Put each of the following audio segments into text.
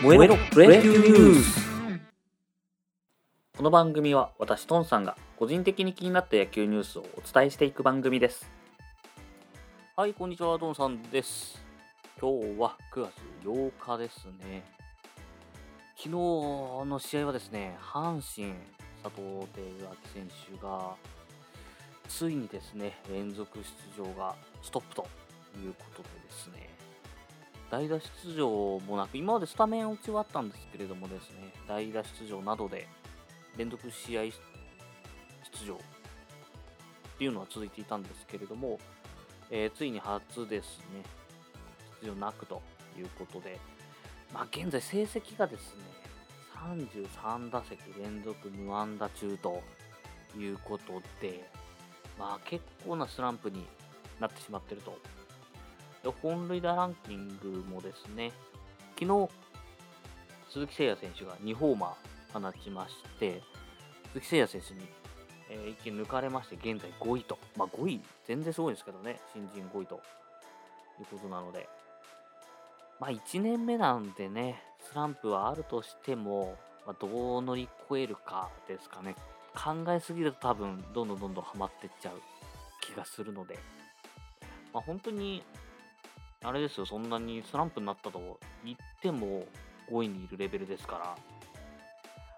燃えろプロ野球ニュース。この番組は私トンさんが個人的に気になった野球ニュースをお伝えしていく番組です。はい、こんにちは、トンさんです。今日は9月8日ですね。昨日の試合はですね、阪神佐藤輝明選手がついにですね、連続出場がストップということでですね、代打出場もなく、今までスタメン落ちはあったんですけれどもですね、代打出場などで連続試合出場っていうのは続いていたんですけれども、ついに初ですね、出場なくということで、現在成績がですね、33打席連続無安打中ということで、結構なスランプになってしまっていると。で本塁打ランキングもですね、昨日、鈴木誠也選手が2ホーマー放ちまして、鈴木誠也選手に、一気に抜かれまして、現在5位と。5位、全然すごいんですけどね、新人5位ということなので、1年目なんでね、スランプはあるとしても、どう乗り越えるかですかね。考えすぎると多分、どんどんハマっていっちゃう気がするので、本当に、あれですよ、そんなにスランプになったと言っても5位にいるレベルですから、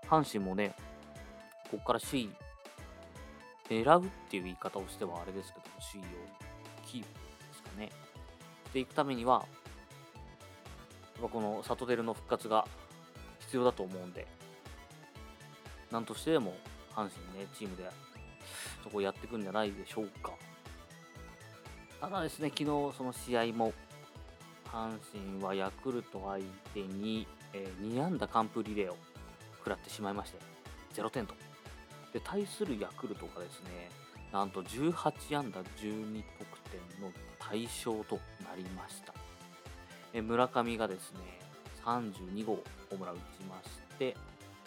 阪神もね、ここから首位狙うっていう言い方をしてはあれですけども、首位をキープですかね。していくためには、このサトテルの復活が必要だと思うんで、なんとしてでも阪神ね、チームでそこをやっていくんじゃないでしょうか。ただですね、昨日その試合も、阪神はヤクルト相手に、2安打完封リレーを食らってしまいまして、0点と。で、対するヤクルトがですね、なんと18安打12得点の大勝となりました。村上がですね、32号ホームラン打ちまして、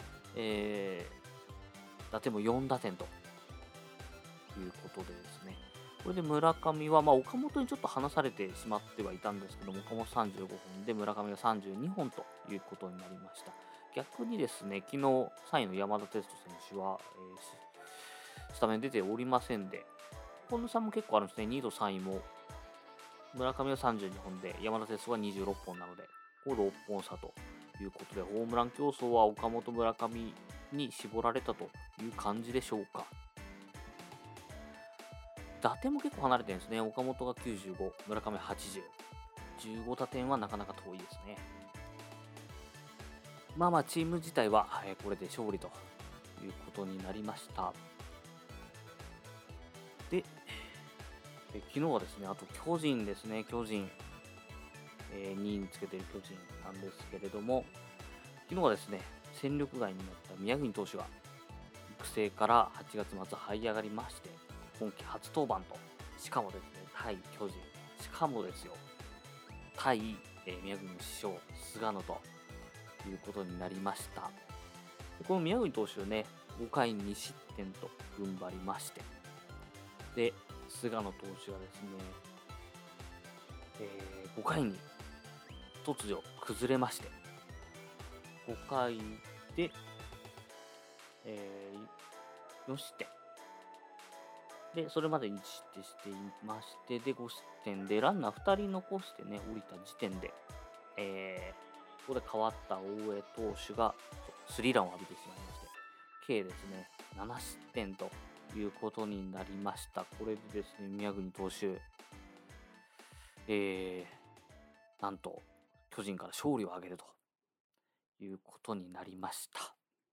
打点も4打点ということでですね、これで村上は、岡本にちょっと離されてしまってはいたんですけども、岡本35本で村上が32本ということになりました。逆にですね、昨日3位の山田哲人選手は、スタメン出ておりませんで、本の差も結構あるんですね。2位と3位も村上は32本で山田哲人が26本なので、これ6本差ということで、ホームラン競争は岡本村上に絞られたという感じでしょうか。打点も結構離れてるんですね。岡本が95、村上80。15打点はなかなか遠いですね。チーム自体は、これで勝利ということになりました。で、昨日はですね、あと巨人ですね、巨人、2位につけている巨人なんですけれども、昨日はですね、戦力外になった宮國投手が育成から8月末這い上がりまして、今季初登板と、しかもですね、対巨人、しかもですよ、対、宮國の師匠、菅野ということになりました。この宮國投手ね、5回2失点と踏ん張りまして、で、菅野投手がですね、5回に突如崩れまして、5回で、4失点。で、それまで1失点していまして、で、5失点で、ランナー2人残してね、降りた時点で、ここで変わった大江投手がスリーランを浴びてしまいまして、計ですね、7失点ということになりました。これでですね、宮國投手、なんと、巨人から勝利を挙げるということになりました。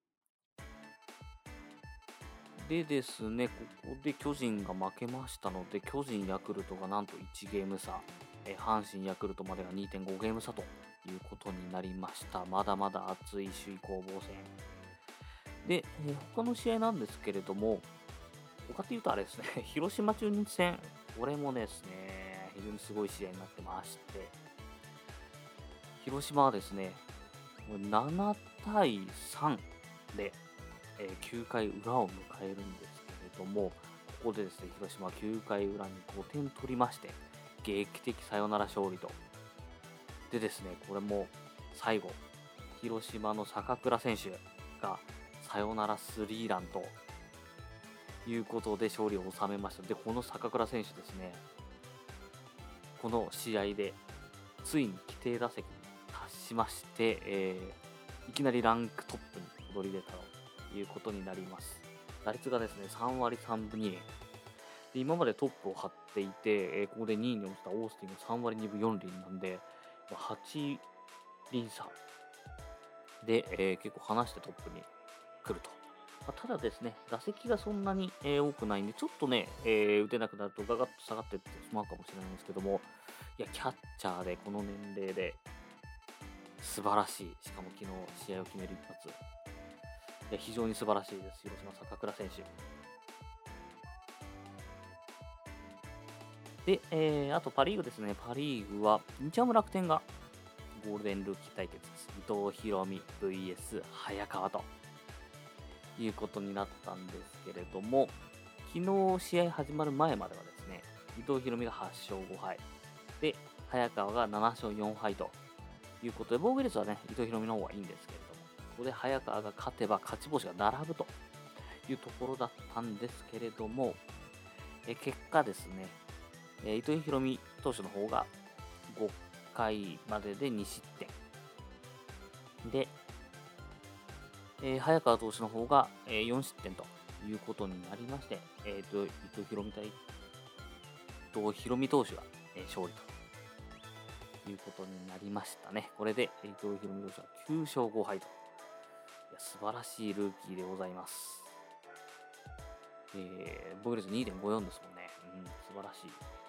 でですね、ここで巨人が負けましたので、巨人、ヤクルトがなんと1ゲーム差、阪神、ヤクルトまでが 2.5 ゲーム差ということになりました。まだまだ熱い首位攻防戦。で、他の試合なんですけれども、他っていうとあれですね、広島中日戦、これもですね、非常にすごい試合になってまして、広島はですね、7対3で、9回裏を迎えるんですけれども、ここでですね、広島は9回裏に5点取りまして、劇的サヨナラ勝利と。でですね、これも最後、 広島の坂倉選手がサヨナラスリーランということで勝利を収めました。で、この坂倉選手ですね、この試合でついに規定打席に達しまして、いきなりランクトップに躍り出たということになります。打率がですね、3割3分2厘。で、今までトップを張っていて、ここで2位に落ちたオースティンが3割2分4厘なんで、8厘差で、結構離してトップに来ると。ただですね、打席がそんなに、多くないんで、ちょっとね、打てなくなるとガガッと下がっていってしまうかもしれないんですけども、いや、キャッチャーでこの年齢で素晴らしい、しかも昨日試合を決める一発、非常に素晴らしいです、広島、坂倉選手。で、あとパ・リーグですね、パ・リーグは日ハム楽天がゴールデンルーキー対決です。伊藤大海 VS 早川ということになったんですけれども、昨日試合始まる前まではですね、伊藤大海が8勝5敗、で、早川が7勝4敗ということで、防御率はね、伊藤大海の方がいいんですけれども、ここで早川が勝てば勝ち星が並ぶというところだったんですけれども、結果ですね、伊藤大海投手の方が5回までで2失点。で、早川投手の方が、4失点ということになりまして、伊藤大海投手が、勝利ということになりましたね。これで伊藤大海投手は9勝5敗と。いや、素晴らしいルーキーでございます。防御率 2.54 ですもんね。素晴らしい。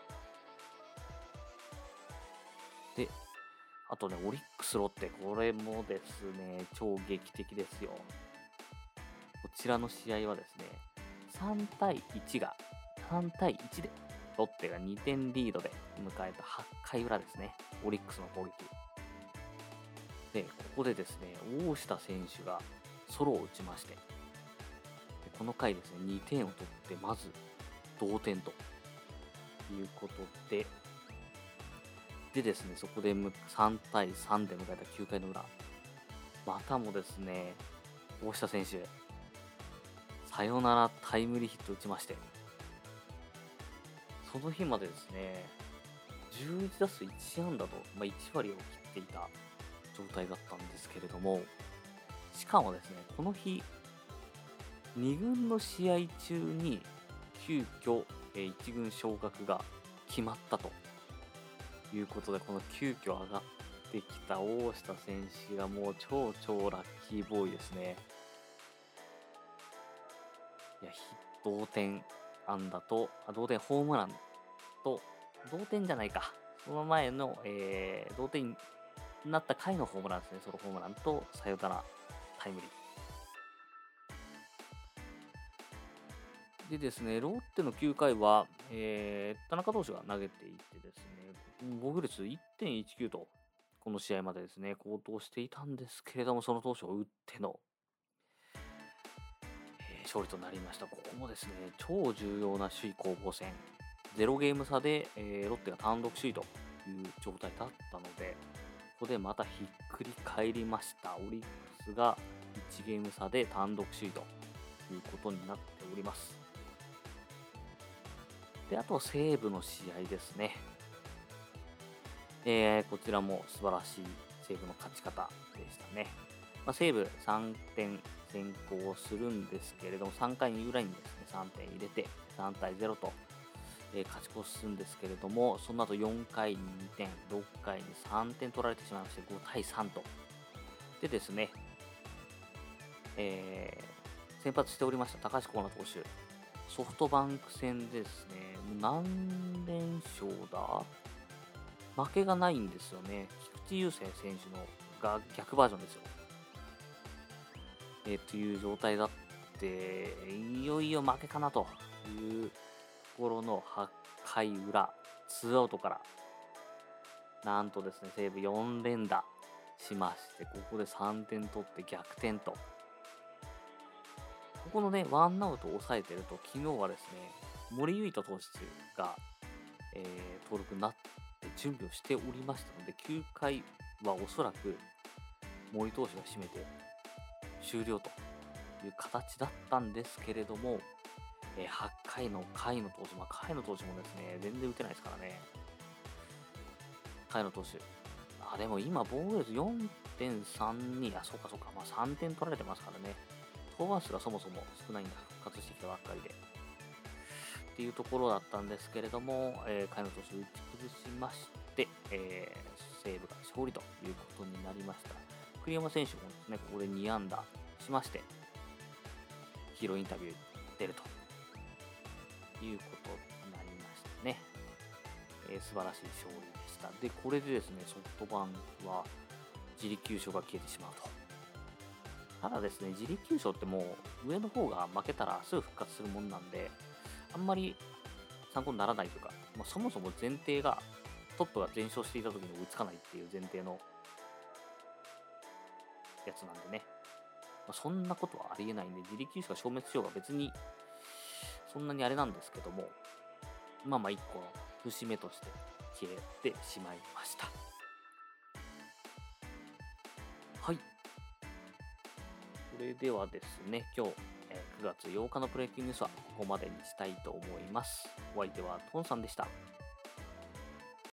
で、あとね、オリックスロッテ、これもですね、超劇的ですよ。こちらの試合はですね、3対1で、ロッテが2点リードで迎えた8回裏ですね、オリックスの攻撃。で、ここでですね、大下選手がソロを打ちまして、でこの回ですね、2点を取って、まず同点ということで、ですね、そこで3対3で迎えた9回の裏、またもですね、大下選手、サヨナラタイムリーヒット打ちまして、その日までですね、11打数1安打と、1割を切っていた状態だったんですけれども、しかもですね、この日、2軍の試合中に急遽、1軍昇格が決まったということで、この急遽上がってきた大下選手がもう超ラッキーボーイですね。いや、同点安打と、同点ホームランと、同点じゃないか。その前の、同点になった回のホームランですね。ソロホームランとサヨナラタイムリー。でですね、ロッテの9回は、田中投手が投げていてですね、防御率 1.19 と、この試合までですね、高騰していたんですけれども、その投手を打っての、勝利となりました。ここもですね、超重要な首位攻防戦。0ゲーム差で、ロッテが単独首位という状態だったので、ここでまたひっくり返りました。オリックスが1ゲーム差で単独首位ということになっております。で、あとは西武の試合ですね。こちらも素晴らしい西武の勝ち方でしたね。西武3点先行するんですけれども、3回裏にですね、3点入れて3対0と、勝ち越すんですけれども、その後4回に2点、6回に3点取られてしまいまして5対3と。でですね、先発しておりました高橋光成投手、ソフトバンク戦でですね、何連勝だ負けがないんですよね。菊池雄星選手のが逆バージョンですよ。という状態だって、いよいよ負けかなというところの8回裏、ツーアウトから、なんとですね、西武4連打しまして、ここで3点取って逆転と。ここのね、ワンアウトを抑えてると、昨日はですね、森唯斗投手が、登録になって準備をしておりましたので、9回はおそらく森投手が締めて終了という形だったんですけれども、8回の甲斐野投手、甲斐野投手もですね、全然打てないですからね。甲斐野投手。でも今、防御率 4.32、そうか、3点取られてますからね。登板数がそもそも少ないんだ。復活してきたばっかりで。っていうところだったんですけれども、甲斐野投手打ち崩しまして、西武が勝利ということになりました。栗山選手もですね、ここで2安打しまして、ヒーローインタビュー出るということになりましたね。素晴らしい勝利でした。で、これでですね、ソフトバンクは自力優勝が消えてしまうと。ただですね、自力優勝ってもう上の方が負けたらすぐ復活するもんなんで、あんまり参考にならないというか、そもそも前提がトップが全勝していた時に追いつかないっていう前提のやつなんでね、そんなことはありえないんで、自力優勝が消滅しようが別にそんなにあれなんですけども、一個の節目として消えてしまいました。はい。それではですね、今日、9月8日のプロ野球ニュースはここまでにしたいと思います。お相手はトンさんでした。